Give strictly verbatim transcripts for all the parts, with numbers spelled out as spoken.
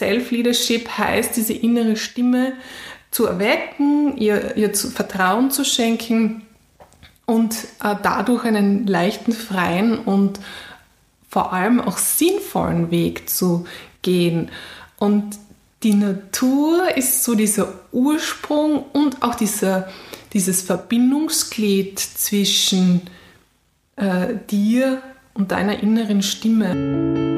Self-Leadership heißt, diese innere Stimme zu erwecken, ihr, ihr zu, Vertrauen zu schenken und äh, dadurch einen leichten, freien und vor allem auch sinnvollen Weg zu gehen. Und die Natur ist so dieser Ursprung und auch dieser, dieses Verbindungsglied zwischen äh, dir und deiner inneren Stimme.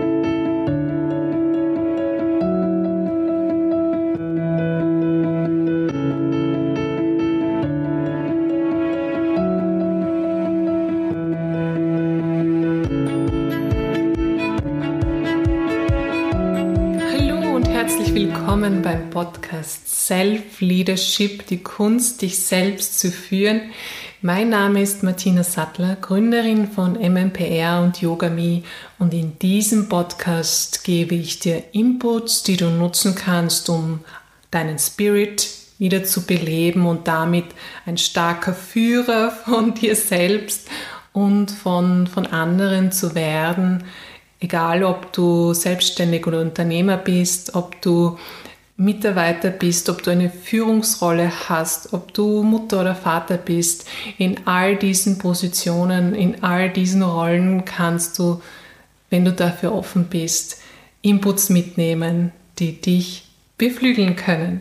Willkommen beim Podcast Self-Leadership, die Kunst, dich selbst zu führen. Mein Name ist Martina Sattler, Gründerin von M M P R und YogaMe, und in diesem Podcast gebe ich dir Inputs, die du nutzen kannst, um deinen Spirit wieder zu beleben und damit ein starker Führer von dir selbst und von, von anderen zu werden. Egal, ob du selbstständig oder Unternehmer bist, ob du Mitarbeiter bist, ob du eine Führungsrolle hast, ob du Mutter oder Vater bist, in all diesen Positionen, in all diesen Rollen kannst du, wenn du dafür offen bist, Inputs mitnehmen, die dich beflügeln können.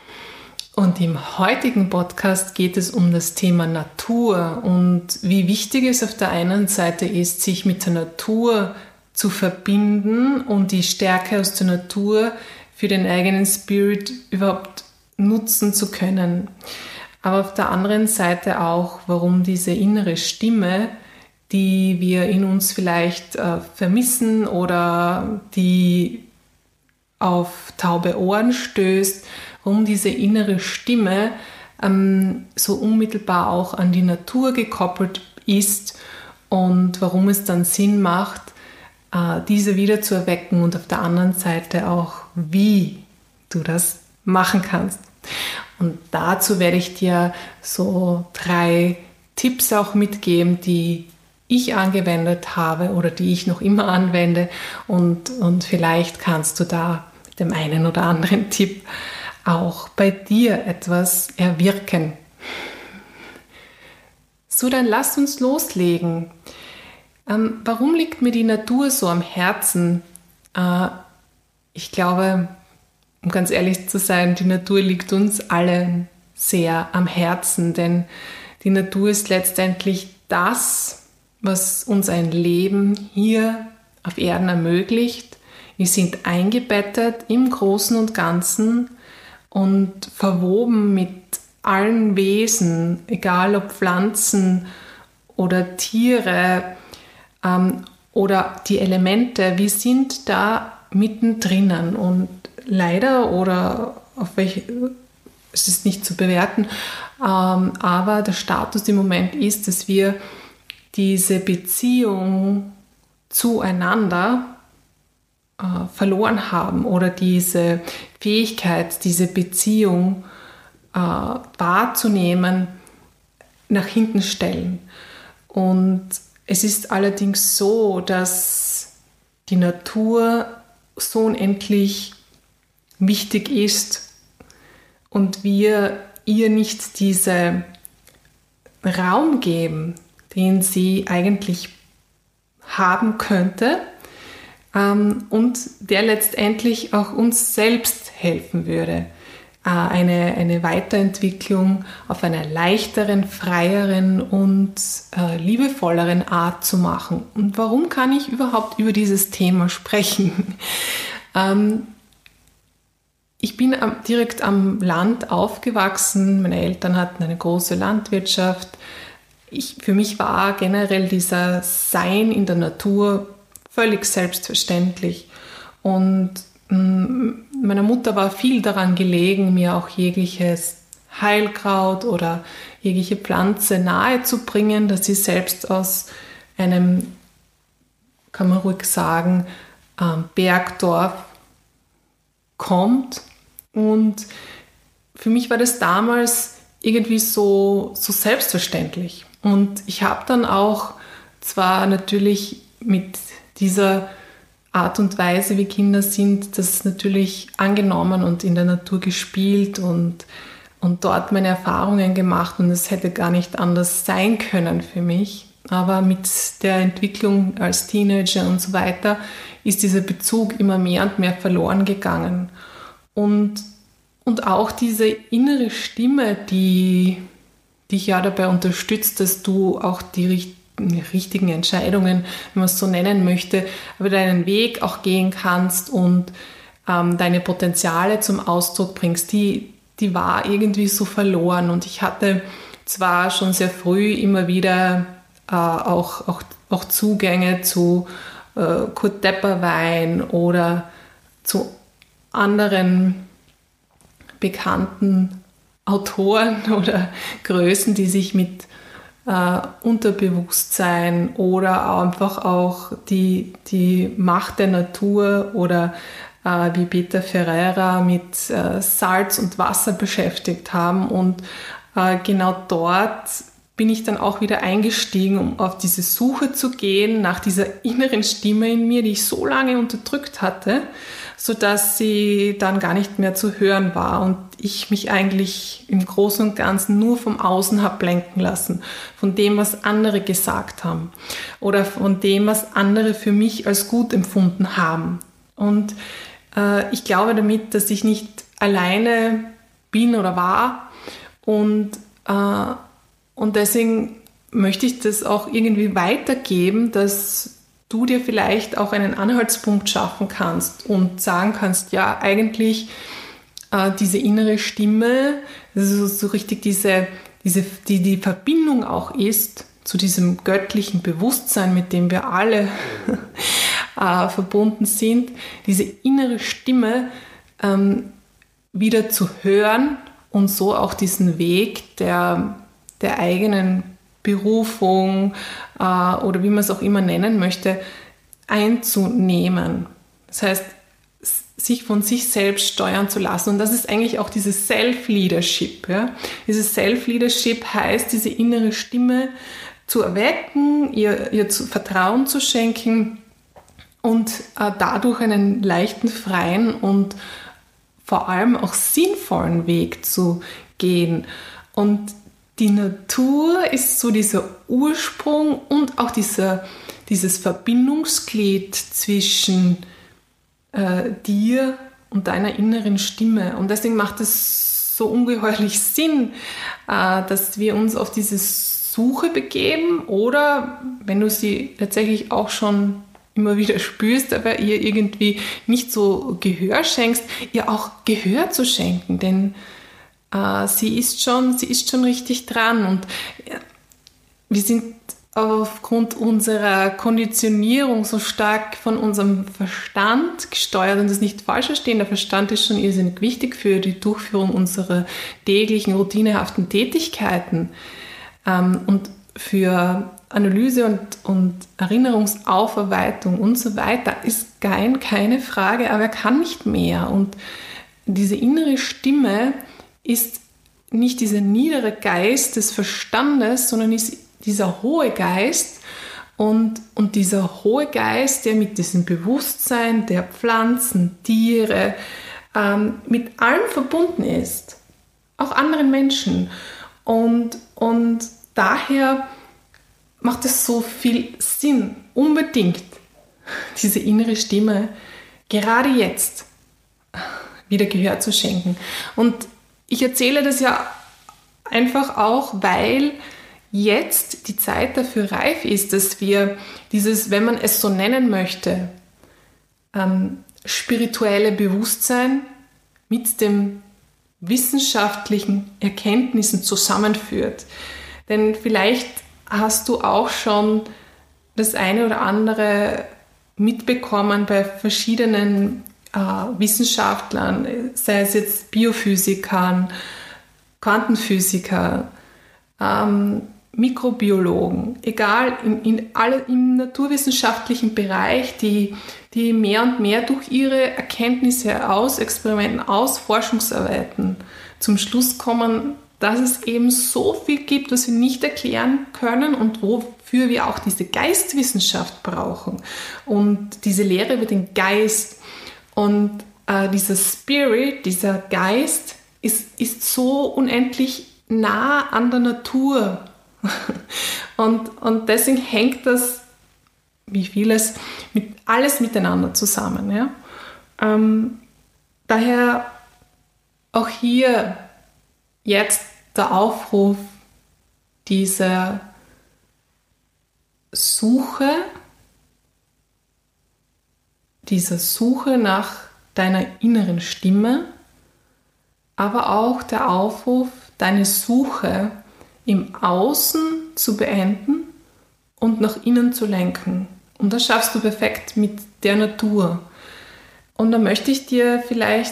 Und im heutigen Podcast geht es um das Thema Natur und wie wichtig es auf der einen Seite ist, sich mit der Natur zu verbinden und die Stärke aus der Natur für den eigenen Spirit überhaupt nutzen zu können. Aber auf der anderen Seite auch, warum diese innere Stimme, die wir in uns vielleicht äh, vermissen oder die auf taube Ohren stößt, warum diese innere Stimme ähm, so unmittelbar auch an die Natur gekoppelt ist und warum es dann Sinn macht, diese wieder zu erwecken und auf der anderen Seite auch, wie du das machen kannst. Und dazu werde ich dir so drei Tipps auch mitgeben, die ich angewendet habe oder die ich noch immer anwende, und, und vielleicht kannst du da mit dem einen oder anderen Tipp auch bei dir etwas erwirken. So, dann lass uns loslegen. Ähm, warum liegt mir die Natur so am Herzen? Äh, ich glaube, um ganz ehrlich zu sein, die Natur liegt uns allen sehr am Herzen, denn die Natur ist letztendlich das, was uns ein Leben hier auf Erden ermöglicht. Wir sind eingebettet im Großen und Ganzen und verwoben mit allen Wesen, egal ob Pflanzen oder Tiere, Ähm, oder die Elemente, wir sind da mittendrin, und leider oder auf welche, es ist nicht zu bewerten, ähm, aber der Status im Moment ist, dass wir diese Beziehung zueinander äh, verloren haben oder diese Fähigkeit, diese Beziehung äh, wahrzunehmen, nach hinten stellen. Und es ist allerdings so, dass die Natur so unendlich wichtig ist und wir ihr nicht diesen Raum geben, den sie eigentlich haben könnte, ähm, und der letztendlich auch uns selbst helfen würde, äh, eine, eine Weiterentwicklung auf einer leichteren, freieren und äh, liebevolleren Art zu machen. Und warum kann ich überhaupt über dieses Thema sprechen? ähm, ich bin am, direkt am Land aufgewachsen. Meine Eltern hatten eine große Landwirtschaft. Ich, für mich war generell dieser Sein in der Natur völlig selbstverständlich. Und mh, meiner Mutter war viel daran gelegen, mir auch jegliches Heilkraut oder jegliche Pflanze nahe zu bringen, dass sie selbst aus einem, kann man ruhig sagen, ähm, Bergdorf kommt. Und für mich war das damals irgendwie so, so selbstverständlich. Und ich habe dann auch zwar natürlich mit dieser Art und Weise, wie Kinder sind, das natürlich angenommen und in der Natur gespielt und, und dort meine Erfahrungen gemacht und es hätte gar nicht anders sein können für mich. Aber mit der Entwicklung als Teenager und so weiter ist dieser Bezug immer mehr und mehr verloren gegangen. Und, und auch diese innere Stimme, die dich ja dabei unterstützt, dass du auch die richtigen richtigen Entscheidungen, wenn man es so nennen möchte, aber deinen Weg auch gehen kannst und ähm, deine Potenziale zum Ausdruck bringst, die, die war irgendwie so verloren. Und ich hatte zwar schon sehr früh immer wieder äh, auch, auch, auch Zugänge zu äh, Kurt Tepperwein oder zu anderen bekannten Autoren oder Größen, die sich mit Uh, Unterbewusstsein oder einfach auch die, die Macht der Natur oder uh, wie Peter Ferreira mit uh, Salz und Wasser beschäftigt haben. Und uh, genau dort bin ich dann auch wieder eingestiegen, um auf diese Suche zu gehen nach dieser inneren Stimme in mir, die ich so lange unterdrückt hatte, sodass sie dann gar nicht mehr zu hören war und ich mich eigentlich im Großen und Ganzen nur vom Außen habe lenken lassen, von dem, was andere gesagt haben oder von dem, was andere für mich als gut empfunden haben. Und äh, ich glaube damit, dass ich nicht alleine bin oder war und, äh, und deswegen möchte ich das auch irgendwie weitergeben, dass du dir vielleicht auch einen Anhaltspunkt schaffen kannst und sagen kannst, ja, eigentlich äh, diese innere Stimme, also so richtig diese, diese, die, die Verbindung auch ist zu diesem göttlichen Bewusstsein, mit dem wir alle äh, verbunden sind, diese innere Stimme ähm, wieder zu hören und so auch diesen Weg der, der eigenen Berufung äh, oder wie man es auch immer nennen möchte, einzunehmen. Das heißt, sich von sich selbst steuern zu lassen. Und das ist eigentlich auch dieses Self-Leadership. Ja? Dieses Self-Leadership heißt, diese innere Stimme zu erwecken, ihr, ihr zu, Vertrauen zu schenken und äh, dadurch einen leichten, freien und vor allem auch sinnvollen Weg zu gehen. Und die Natur ist so dieser Ursprung und auch dieser, dieses Verbindungsglied zwischen äh, dir und deiner inneren Stimme. Und deswegen macht es so ungeheuerlich Sinn, äh, dass wir uns auf diese Suche begeben oder, wenn du sie tatsächlich auch schon immer wieder spürst, aber ihr irgendwie nicht so Gehör schenkst, ihr auch Gehör zu schenken, denn Uh, sie ist schon, sie ist schon richtig dran und ja, wir sind aufgrund unserer Konditionierung so stark von unserem Verstand gesteuert und das nicht falsch verstehen. Der Verstand ist schon irrsinnig wichtig für die Durchführung unserer täglichen, routinehaften Tätigkeiten um, und für Analyse und, und Erinnerungsaufarbeitung und so weiter ist kein, keine Frage, aber er kann nicht mehr. Und diese innere Stimme ist nicht dieser niedere Geist des Verstandes, sondern ist dieser hohe Geist und, und dieser hohe Geist, der mit diesem Bewusstsein der Pflanzen, Tiere, ähm, mit allem verbunden ist, auch anderen Menschen. Und, und daher macht es so viel Sinn, unbedingt diese innere Stimme gerade jetzt wieder Gehör zu schenken. Und ich erzähle das ja einfach auch, weil jetzt die Zeit dafür reif ist, dass wir dieses, wenn man es so nennen möchte, ähm, spirituelle Bewusstsein mit dem wissenschaftlichen Erkenntnissen zusammenführt. Denn vielleicht hast du auch schon das eine oder andere mitbekommen bei verschiedenen äh, Wissenschaftlern, sei es jetzt Biophysikern, Quantenphysiker, ähm, Mikrobiologen, egal, in, in alle, im naturwissenschaftlichen Bereich, die, die mehr und mehr durch ihre Erkenntnisse aus Experimenten, aus Forschungsarbeiten zum Schluss kommen, dass es eben so viel gibt, was wir nicht erklären können und wofür wir auch diese Geistwissenschaft brauchen und diese Lehre über den Geist. Und äh, dieser Spirit, dieser Geist ist, ist so unendlich nah an der Natur. und, und deswegen hängt das, wie vieles, mit, alles miteinander zusammen. Ja? Ähm, daher auch hier jetzt der Aufruf dieser Suche, dieser Suche nach deiner inneren Stimme, aber auch der Aufruf, deine Suche im Außen zu beenden und nach innen zu lenken. Und das schaffst du perfekt mit der Natur. Und da möchte ich dir vielleicht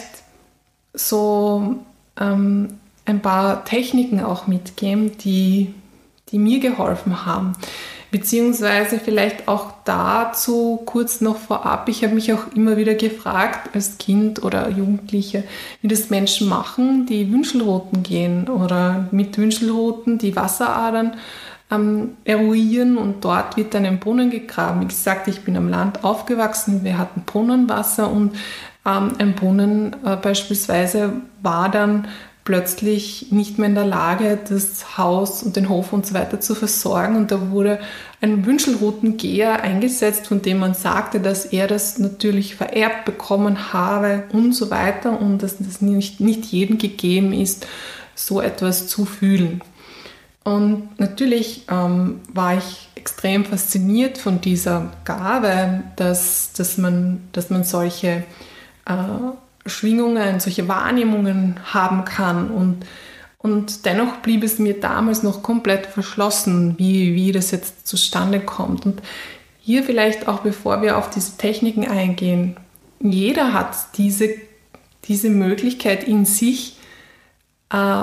so ähm, ein paar Techniken auch mitgeben, die, die mir geholfen haben. Beziehungsweise vielleicht auch dazu kurz noch vorab. Ich habe mich auch immer wieder gefragt als Kind oder Jugendliche, wie das Menschen machen, die Wünschelrouten gehen oder mit Wünschelrouten die Wasseradern ähm, eruieren und dort wird dann ein Brunnen gegraben. Wie gesagt, ich bin am Land aufgewachsen, wir hatten Brunnenwasser und ähm, ein Brunnen äh, beispielsweise war dann plötzlich nicht mehr in der Lage, das Haus und den Hof und so weiter zu versorgen. Und da wurde ein Wünschelroutengeher eingesetzt, von dem man sagte, dass er das natürlich vererbt bekommen habe und so weiter und dass das nicht, nicht jedem gegeben ist, so etwas zu fühlen. Und natürlich ähm, war ich extrem fasziniert von dieser Gabe, dass, dass, man, dass man solche äh, Schwingungen, solche Wahrnehmungen haben kann. Und, und dennoch blieb es mir damals noch komplett verschlossen, wie, wie das jetzt zustande kommt. Und hier vielleicht auch, bevor wir auf diese Techniken eingehen, jeder hat diese, diese Möglichkeit in sich äh,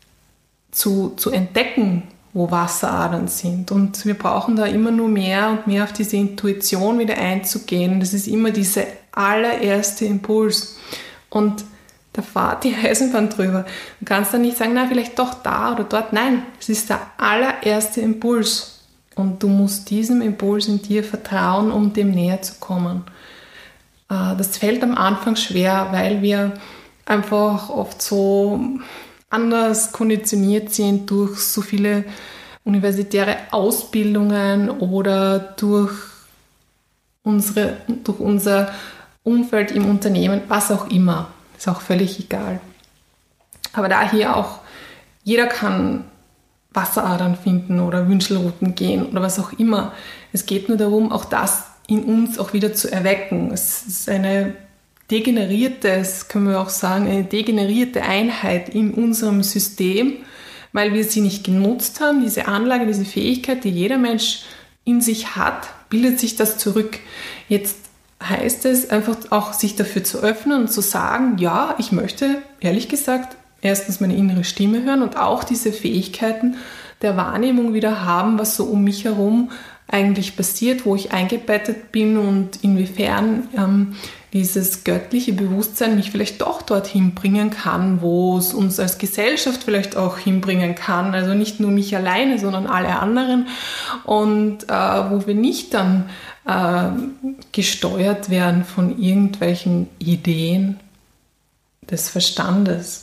zu, zu entdecken, wo Wasseradern sind. Und wir brauchen da immer nur mehr und mehr auf diese Intuition wieder einzugehen. Das ist immer dieser allererste Impuls. Und da fährt die Eisenbahn drüber. Du kannst dann nicht sagen, na, vielleicht doch da oder dort. Nein, es ist der allererste Impuls. Und du musst diesem Impuls in dir vertrauen, um dem näher zu kommen. Das fällt am Anfang schwer, weil wir einfach oft so anders konditioniert sind durch so viele universitäre Ausbildungen oder durch, unsere, durch unser Umfeld im Unternehmen, was auch immer. Ist auch völlig egal. Aber da hier auch, jeder kann Wasseradern finden oder Wünschelrouten gehen oder was auch immer. Es geht nur darum, auch das in uns auch wieder zu erwecken. Es ist eine degenerierte, das können wir auch sagen, eine degenerierte Einheit in unserem System, weil wir sie nicht genutzt haben. Diese Anlage, diese Fähigkeit, die jeder Mensch in sich hat, bildet sich das zurück. Jetzt heißt es einfach auch, sich dafür zu öffnen und zu sagen, ja, ich möchte, ehrlich gesagt, erstens meine innere Stimme hören und auch diese Fähigkeiten der Wahrnehmung wieder haben, was so um mich herum eigentlich passiert, wo ich eingebettet bin und inwiefern ähm, dieses göttliche Bewusstsein mich vielleicht doch dorthin bringen kann, wo es uns als Gesellschaft vielleicht auch hinbringen kann. Also nicht nur mich alleine, sondern alle anderen. Und äh, wo wir nicht dann äh, gesteuert werden von irgendwelchen Ideen des Verstandes.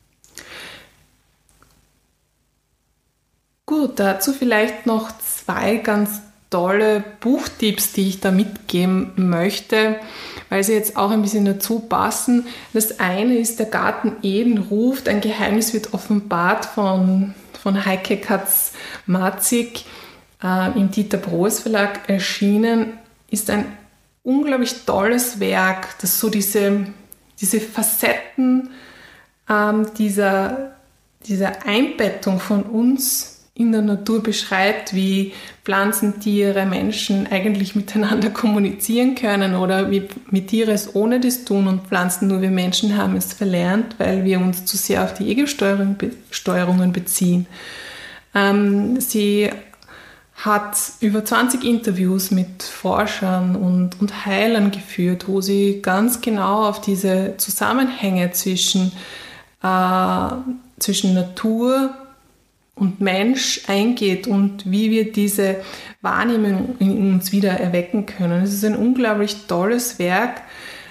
Gut, dazu vielleicht noch zwei ganz tolle Buchtipps, die ich da mitgeben möchte, weil sie jetzt auch ein bisschen dazu passen. Das eine ist Der Garten Eden ruft, ein Geheimnis wird offenbart von, von Heike Katz-Matzig äh, im Dieter Broes Verlag erschienen. Ist ein unglaublich tolles Werk, das so diese, diese Facetten ähm, dieser, dieser Einbettung von uns in der Natur beschreibt, wie Pflanzen, Tiere, Menschen eigentlich miteinander kommunizieren können oder wie mit Tiere es ohne das tun und Pflanzen, nur wir Menschen haben es verlernt, weil wir uns zu sehr auf die Ego-Steuerungen beziehen. Ähm, sie hat über zwanzig Interviews mit Forschern und, und Heilern geführt, wo sie ganz genau auf diese Zusammenhänge zwischen äh, zwischen Natur und Mensch eingeht und wie wir diese Wahrnehmung in uns wieder erwecken können. Es ist ein unglaublich tolles Werk.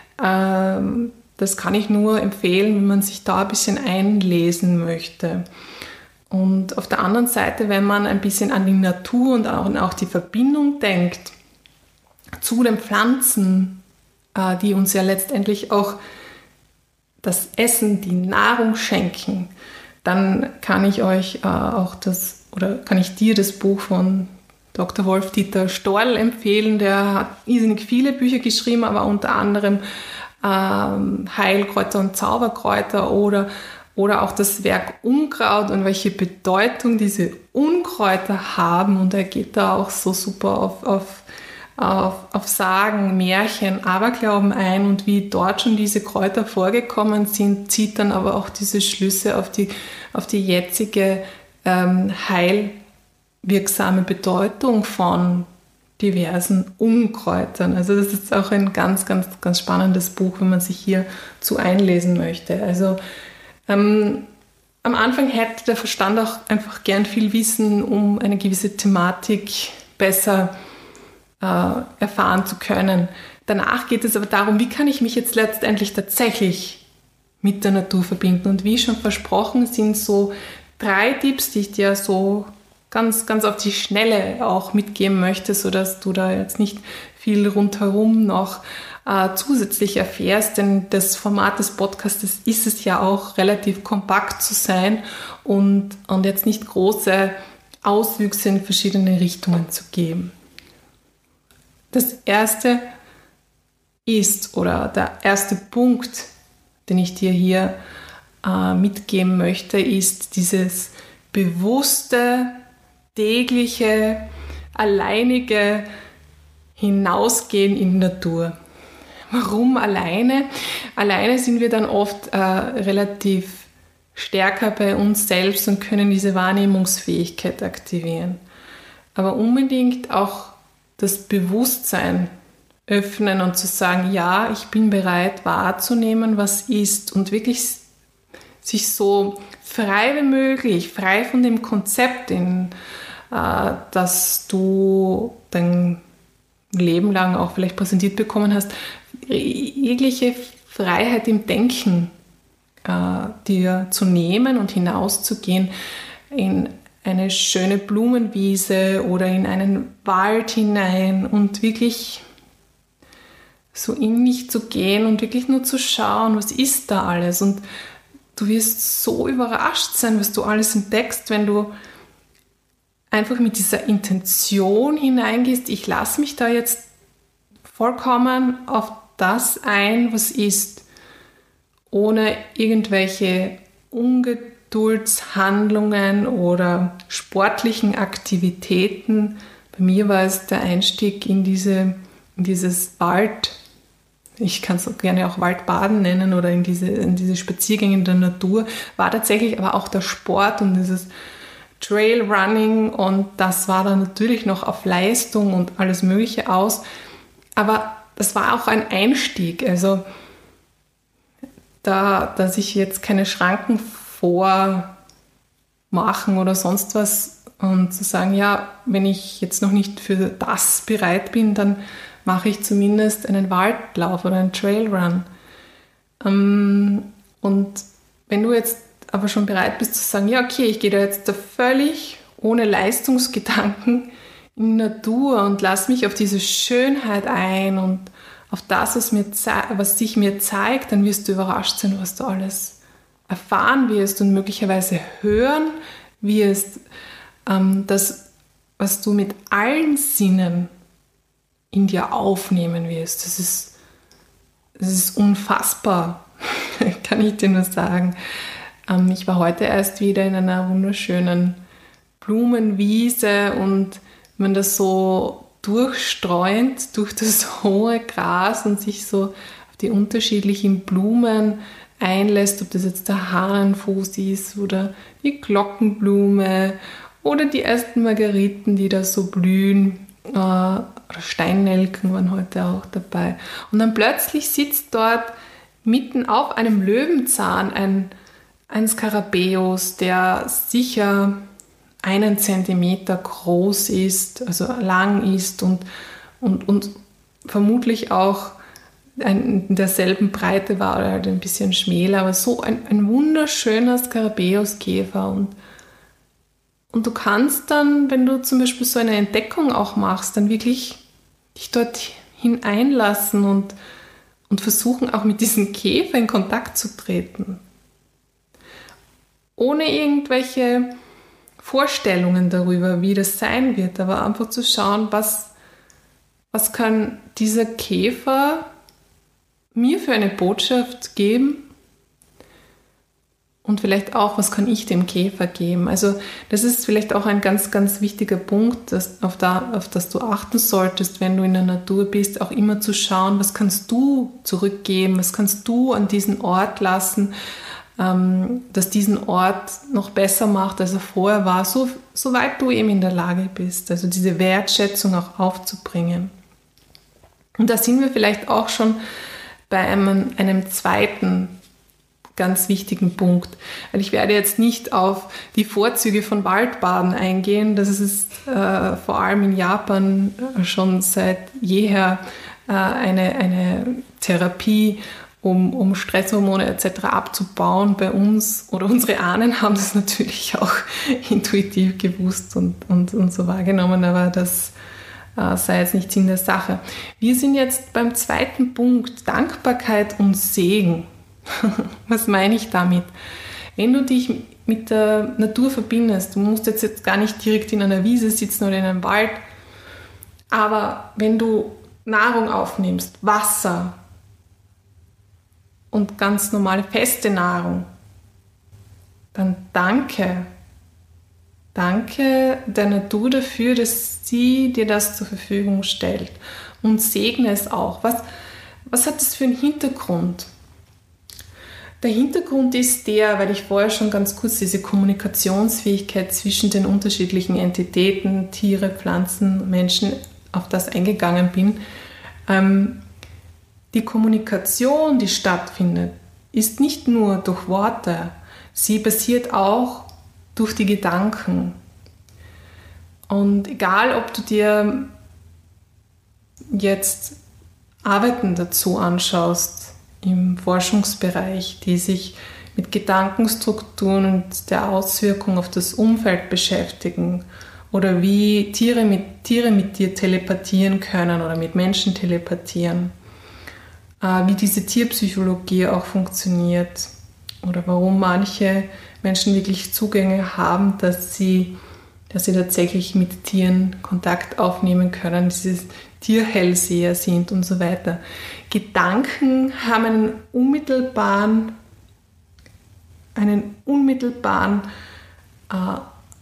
Das kann ich nur empfehlen, wenn man sich da ein bisschen einlesen möchte. Und auf der anderen Seite, wenn man ein bisschen an die Natur und auch die Verbindung denkt zu den Pflanzen, die uns ja letztendlich auch das Essen, die Nahrung schenken, dann kann ich euch auch das, oder kann ich dir das Buch von Doktor Wolf-Dieter Storl empfehlen. Der hat irrsinnig viele Bücher geschrieben, aber unter anderem ähm, Heilkräuter und Zauberkräuter oder, oder auch das Werk Unkraut und welche Bedeutung diese Unkräuter haben. Und er geht da auch so super auf, auf, auf, auf Sagen, Märchen, Aberglauben ein und wie dort schon diese Kräuter vorgekommen sind, zieht dann aber auch diese Schlüsse auf die, auf die jetzige ähm, heilwirksame Bedeutung von diversen Unkräutern. Also das ist auch ein ganz, ganz, ganz spannendes Buch, wenn man sich hier zu einlesen möchte. Also ähm, am Anfang hätte der Verstand auch einfach gern viel Wissen, um eine gewisse Thematik besser äh, erfahren zu können. Danach geht es aber darum, wie kann ich mich jetzt letztendlich tatsächlich mit der Natur verbinden. Und wie schon versprochen, sind so drei Tipps, die ich dir so ganz, ganz auf die Schnelle auch mitgeben möchte, sodass du da jetzt nicht viel rundherum noch äh, zusätzlich erfährst, denn das Format des Podcasts ist es ja auch, relativ kompakt zu sein und, und jetzt nicht große Auswüchse in verschiedene Richtungen zu geben. Das erste ist, oder der erste Punkt, den ich dir hier äh, mitgeben möchte, ist dieses bewusste, tägliche, alleinige Hinausgehen in die Natur. Warum alleine? Alleine sind wir dann oft äh, relativ stärker bei uns selbst und können diese Wahrnehmungsfähigkeit aktivieren. Aber unbedingt auch das Bewusstsein öffnen und zu sagen, ja, ich bin bereit wahrzunehmen, was ist und wirklich sich so frei wie möglich, frei von dem Konzept, in, äh, das du dein Leben lang auch vielleicht präsentiert bekommen hast, jegliche Freiheit im Denken äh, dir zu nehmen und hinauszugehen in eine schöne Blumenwiese oder in einen Wald hinein und wirklich so in mich zu gehen und wirklich nur zu schauen, was ist da alles. Und du wirst so überrascht sein, was du alles entdeckst, wenn du einfach mit dieser Intention hineingehst, ich lasse mich da jetzt vollkommen auf das ein, was ist, ohne irgendwelche Ungeduldshandlungen oder sportlichen Aktivitäten. Bei mir war es der Einstieg in, diese, in dieses Wald, ich kann es gerne auch Waldbaden nennen oder in diese, in diese Spaziergänge in der Natur, war tatsächlich aber auch der Sport und dieses Trailrunning und das war dann natürlich noch auf Leistung und alles Mögliche aus, aber das war auch ein Einstieg, also da, dass ich jetzt keine Schranken vormachen oder sonst was und zu sagen, ja, wenn ich jetzt noch nicht für das bereit bin, dann mache ich zumindest einen Waldlauf oder einen Trailrun. Und wenn du jetzt aber schon bereit bist zu sagen, ja okay, ich gehe da jetzt da völlig ohne Leistungsgedanken in die Natur und lasse mich auf diese Schönheit ein und auf das, was, mir ze- was sich mir zeigt, dann wirst du überrascht sein, was du alles erfahren wirst und möglicherweise hören wirst, ähm, das, was du mit allen Sinnen in dir aufnehmen wirst. Das ist, das ist unfassbar, kann ich dir nur sagen. Ähm, ich war heute erst wieder in einer wunderschönen Blumenwiese und wenn man das so durchstreuend durch das hohe Gras und sich so auf die unterschiedlichen Blumen einlässt, ob das jetzt der Hahnenfuß ist oder die Glockenblume oder die ersten Margeriten, die da so blühen, äh, oder Steinnelken waren heute auch dabei. Und dann plötzlich sitzt dort mitten auf einem Löwenzahn ein, ein Skarabäus, der sicher einen Zentimeter groß ist, also lang ist und, und, und vermutlich auch in derselben Breite war oder halt ein bisschen schmäler, aber so ein, ein wunderschöner Skarabäuskäfer. Und, und du kannst dann, wenn du zum Beispiel so eine Entdeckung auch machst, dann wirklich dich dort hineinlassen und, und versuchen auch mit diesem Käfer in Kontakt zu treten. Ohne irgendwelche Vorstellungen darüber, wie das sein wird, aber einfach zu schauen, was, was kann dieser Käfer mir für eine Botschaft geben und vielleicht auch, was kann ich dem Käfer geben. Also das ist vielleicht auch ein ganz, ganz wichtiger Punkt, dass, auf, da, auf das du achten solltest, wenn du in der Natur bist, auch immer zu schauen, was kannst du zurückgeben, was kannst du an diesen Ort lassen, ähm, dass diesen Ort noch besser macht, als er vorher war, so, soweit du eben in der Lage bist, also diese Wertschätzung auch aufzubringen. Und da sind wir vielleicht auch schon bei einem, einem zweiten ganz wichtigen Punkt. Weil ich werde jetzt nicht auf die Vorzüge von Waldbaden eingehen. Das ist äh, vor allem in Japan schon seit jeher äh, eine, eine Therapie, um, um Stresshormone et cetera abzubauen bei uns. Oder unsere Ahnen haben das natürlich auch intuitiv gewusst und, und, und so wahrgenommen, aber das sei jetzt nicht Sinn der Sache. Wir sind jetzt beim zweiten Punkt, Dankbarkeit und Segen. Was meine ich damit? Wenn du dich mit der Natur verbindest, du musst jetzt, jetzt gar nicht direkt in einer Wiese sitzen oder in einem Wald, aber wenn du Nahrung aufnimmst, Wasser und ganz normale feste Nahrung, dann danke. Danke der Natur dafür, dass sie dir das zur Verfügung stellt und segne es auch. Was, was hat das für einen Hintergrund? Der Hintergrund ist der, weil ich vorher schon ganz kurz diese Kommunikationsfähigkeit zwischen den unterschiedlichen Entitäten, Tiere, Pflanzen, Menschen, auf das eingegangen bin. Ähm, die Kommunikation, die stattfindet, ist nicht nur durch Worte, sie basiert auch durch die Gedanken. Und egal, ob du dir jetzt Arbeiten dazu anschaust im Forschungsbereich, die sich mit Gedankenstrukturen und der Auswirkung auf das Umfeld beschäftigen oder wie Tiere mit, Tiere mit dir telepathieren können oder mit Menschen telepathieren, äh, wie diese Tierpsychologie auch funktioniert oder warum manche Menschen wirklich Zugänge haben, dass sie, dass sie tatsächlich mit Tieren Kontakt aufnehmen können, dieses Tierhellseher sind und so weiter. Gedanken haben einen unmittelbaren, einen unmittelbaren äh,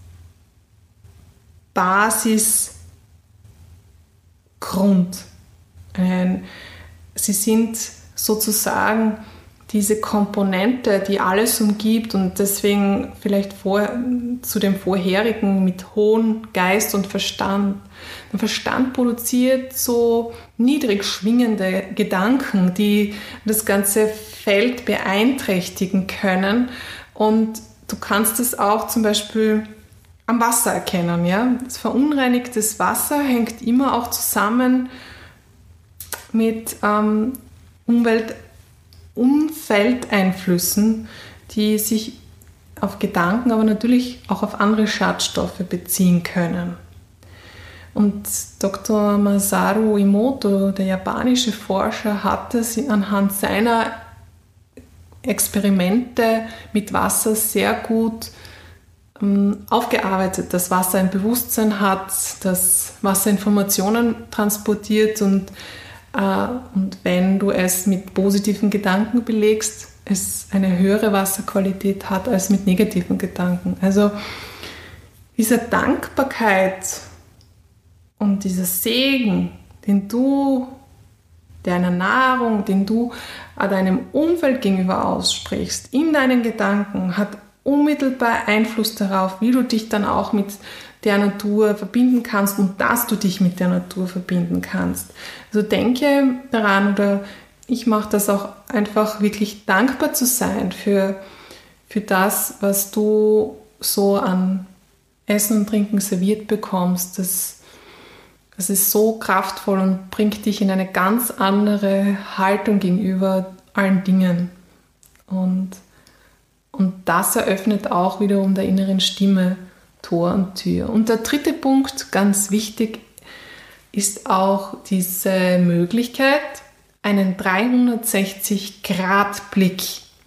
Basisgrund. Ein, sie sind sozusagen diese Komponente, die alles umgibt und deswegen vielleicht vor, zu dem vorherigen mit hohem Geist und Verstand. Der Verstand produziert so niedrig schwingende Gedanken, die das ganze Feld beeinträchtigen können und du kannst es auch zum Beispiel am Wasser erkennen. Ja? Das verunreinigtes Wasser hängt immer auch zusammen mit ähm, Umwelt Umfeldeinflüssen, die sich auf Gedanken, aber natürlich auch auf andere Schadstoffe beziehen können. Und Doktor Masaru Emoto, der japanische Forscher, hat es anhand seiner Experimente mit Wasser sehr gut ähm, aufgearbeitet, dass Wasser ein Bewusstsein hat, dass Wasser Informationen transportiert und Und wenn du es mit positiven Gedanken belegst, es eine höhere Wasserqualität hat als mit negativen Gedanken. Also diese Dankbarkeit und dieser Segen, den du deiner Nahrung, den du deinem Umfeld gegenüber aussprichst, in deinen Gedanken, hat unmittelbar Einfluss darauf, wie du dich dann auch mit der Natur verbinden kannst und dass du dich mit der Natur verbinden kannst. Also denke daran, oder ich mache das auch einfach, wirklich dankbar zu sein für, für das, was du so an Essen und Trinken serviert bekommst. Das, das ist so kraftvoll und bringt dich in eine ganz andere Haltung gegenüber allen Dingen. Und, und das eröffnet auch wiederum der inneren Stimme Tor und Tür. Und der dritte Punkt, ganz wichtig, ist auch diese Möglichkeit, einen dreihundertsechzig Grad Blick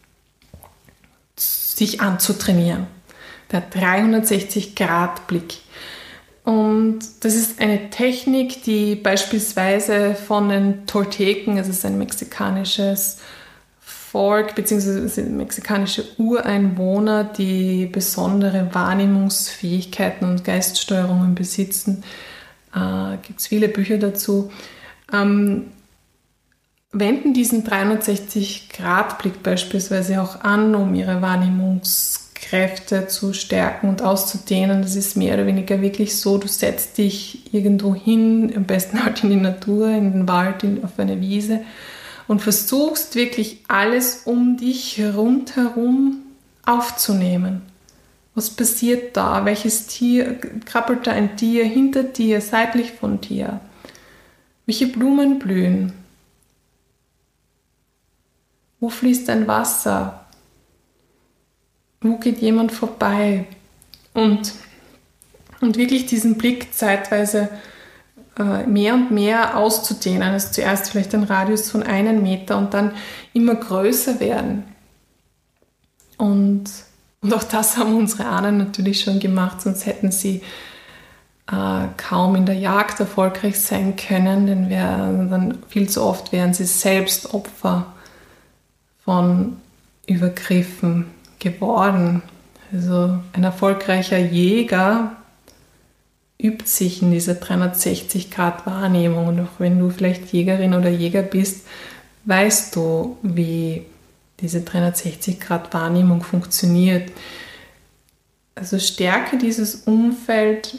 sich anzutrainieren. Der dreihundertsechzig Grad Blick. Und das ist eine Technik, die beispielsweise von den Tolteken, es ist ein mexikanisches Volk bzw. mexikanische Ureinwohner, die besondere Wahrnehmungsfähigkeiten und Geiststeuerungen besitzen. Äh, gibt es viele Bücher dazu. Ähm, wenden diesen dreihundertsechzig Grad Blick beispielsweise auch an, um ihre Wahrnehmungskräfte zu stärken und auszudehnen. Das ist mehr oder weniger wirklich so, du setzt dich irgendwo hin, am besten halt in die Natur, in den Wald, in, auf eine Wiese und versuchst wirklich alles um dich rundherum aufzunehmen. Was passiert da? Welches Tier, krabbelt da ein Tier hinter dir, seitlich von dir? Welche Blumen blühen? Wo fließt ein Wasser? Wo geht jemand vorbei? Und, und wirklich diesen Blick zeitweise äh, mehr und mehr auszudehnen. Also zuerst vielleicht ein Radius von einem Meter und dann immer größer werden. Und, und auch das haben unsere Ahnen natürlich schon gemacht, sonst hätten sie äh, kaum in der Jagd erfolgreich sein können, denn wir, dann viel zu oft wären sie selbst Opfer von Übergriffen geworden. Also ein erfolgreicher Jäger übt sich in dieser dreihundertsechzig Grad Wahrnehmung. Und auch wenn du vielleicht Jägerin oder Jäger bist, weißt du, wie diese dreihundertsechzig Grad Wahrnehmung funktioniert. Also stärke dieses Umfeld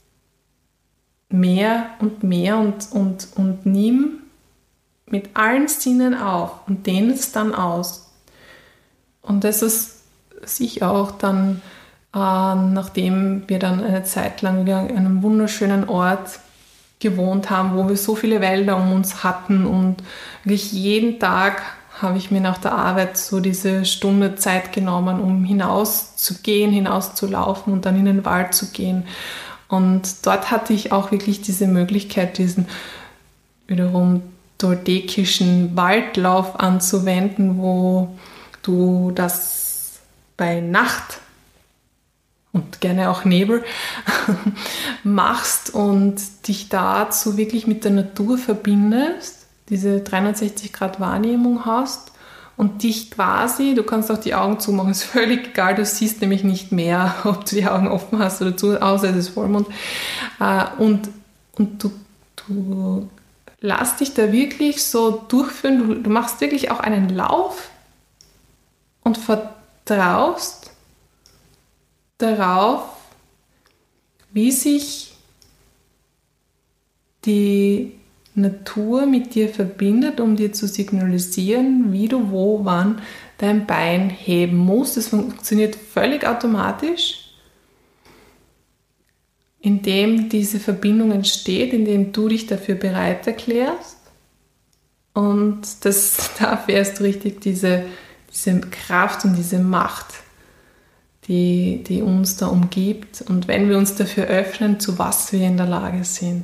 mehr und mehr und, und, und nimm mit allen Sinnen auf und dehne es dann aus. Und das ist, was ich auch dann, äh, nachdem wir dann eine Zeit lang wieder an einem wunderschönen Ort gewohnt haben, wo wir so viele Wälder um uns hatten und wirklich jeden Tag habe ich mir nach der Arbeit so diese Stunde Zeit genommen, um hinauszugehen, hinauszulaufen und dann in den Wald zu gehen. Und dort hatte ich auch wirklich diese Möglichkeit, diesen wiederum toltekischen Waldlauf anzuwenden, wo du das bei Nacht und gerne auch Nebel machst und dich dazu wirklich mit der Natur verbindest, diese dreihundertsechzig Grad Wahrnehmung hast und dich quasi, du kannst auch die Augen zumachen, ist völlig egal, du siehst nämlich nicht mehr, ob du die Augen offen hast oder zu, außer es ist Vollmond. Und, und du, du lass dich da wirklich so durchführen, du, du machst wirklich auch einen Lauf und vertraust darauf, wie sich die Natur mit dir verbindet, um dir zu signalisieren, wie du wo, wann dein Bein heben musst. Das funktioniert völlig automatisch, indem diese Verbindung entsteht, indem du dich dafür bereit erklärst. Und das, da erfährst du richtig diese, diese Kraft und diese Macht, die, die uns da umgibt. Und wenn wir uns dafür öffnen, zu was wir in der Lage sind.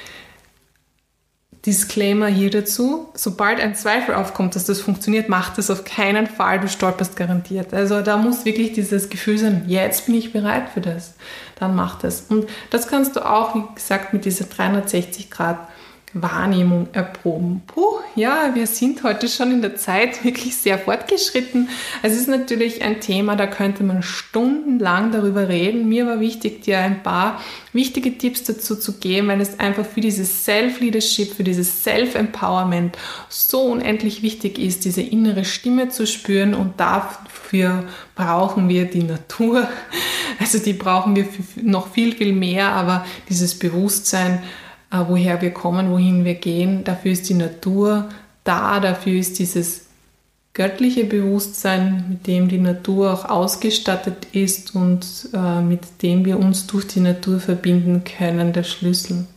Disclaimer hier dazu, sobald ein Zweifel aufkommt, dass das funktioniert, mach das auf keinen Fall, du stolperst garantiert. Also da muss wirklich dieses Gefühl sein, jetzt bin ich bereit für das, dann mach das. Und das kannst du auch, wie gesagt, mit dieser dreihundertsechzig Grad Wahrnehmung erproben. Puh, ja, wir sind heute schon in der Zeit wirklich sehr fortgeschritten. Es ist natürlich ein Thema, da könnte man stundenlang darüber reden. Mir war wichtig, dir ein paar wichtige Tipps dazu zu geben, weil es einfach für dieses Self-Leadership, für dieses Self-Empowerment so unendlich wichtig ist, diese innere Stimme zu spüren und dafür brauchen wir die Natur. Also die brauchen wir noch viel, viel mehr, aber dieses Bewusstsein, woher wir kommen, wohin wir gehen. Dafür ist die Natur da, dafür ist dieses göttliche Bewusstsein, mit dem die Natur auch ausgestattet ist und äh, mit dem wir uns durch die Natur verbinden können, der Schlüssel.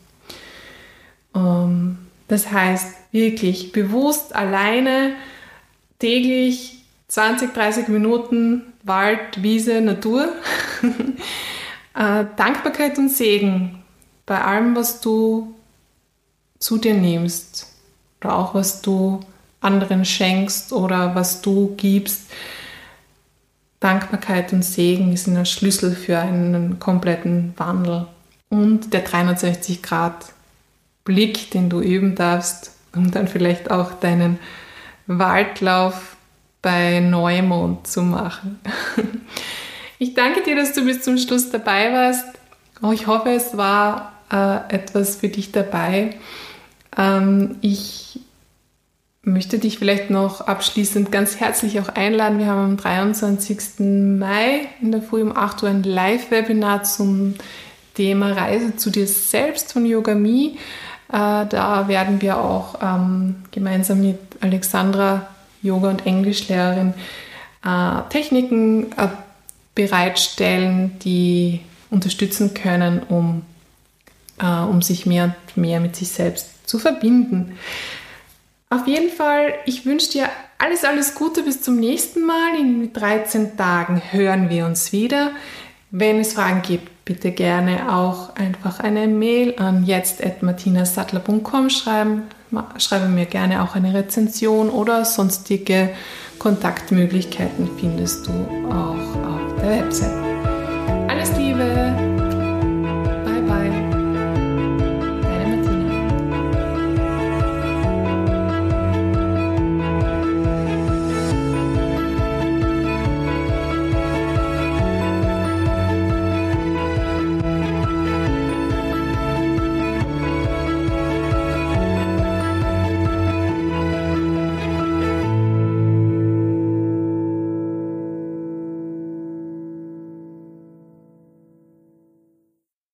Ähm, das heißt, wirklich bewusst alleine täglich zwanzig, dreißig Minuten Wald, Wiese, Natur. äh, Dankbarkeit und Segen bei allem, was du zu dir nimmst oder auch was du anderen schenkst oder was du gibst. Dankbarkeit und Segen ist ein Schlüssel für einen kompletten Wandel. Und der dreihundertsechzig Grad Blick, den du üben darfst, um dann vielleicht auch deinen Waldlauf bei Neumond zu machen. Ich danke dir, dass du bis zum Schluss dabei warst. Oh, ich hoffe, es war äh, etwas für dich dabei. Ähm, ich möchte dich vielleicht noch abschließend ganz herzlich auch einladen. Wir haben am dreiundzwanzigsten Mai in der Früh um acht Uhr ein Live-Webinar zum Thema Reise zu dir selbst von Yoga-Me. Äh, da werden wir auch ähm, gemeinsam mit Alexandra, Yoga- und Englischlehrerin, äh, Techniken äh, bereitstellen, die unterstützen können, um, äh, um sich mehr und mehr mit sich selbst zu verbinden. Auf jeden Fall, ich wünsche dir alles, alles Gute bis zum nächsten Mal. In dreizehn Tagen hören wir uns wieder. Wenn es Fragen gibt, bitte gerne auch einfach eine Mail an jetzt at martinasattler punkt com schreiben. Schreibe mir gerne auch eine Rezension oder sonstige Kontaktmöglichkeiten findest du auch auf der Website. Alles Liebe!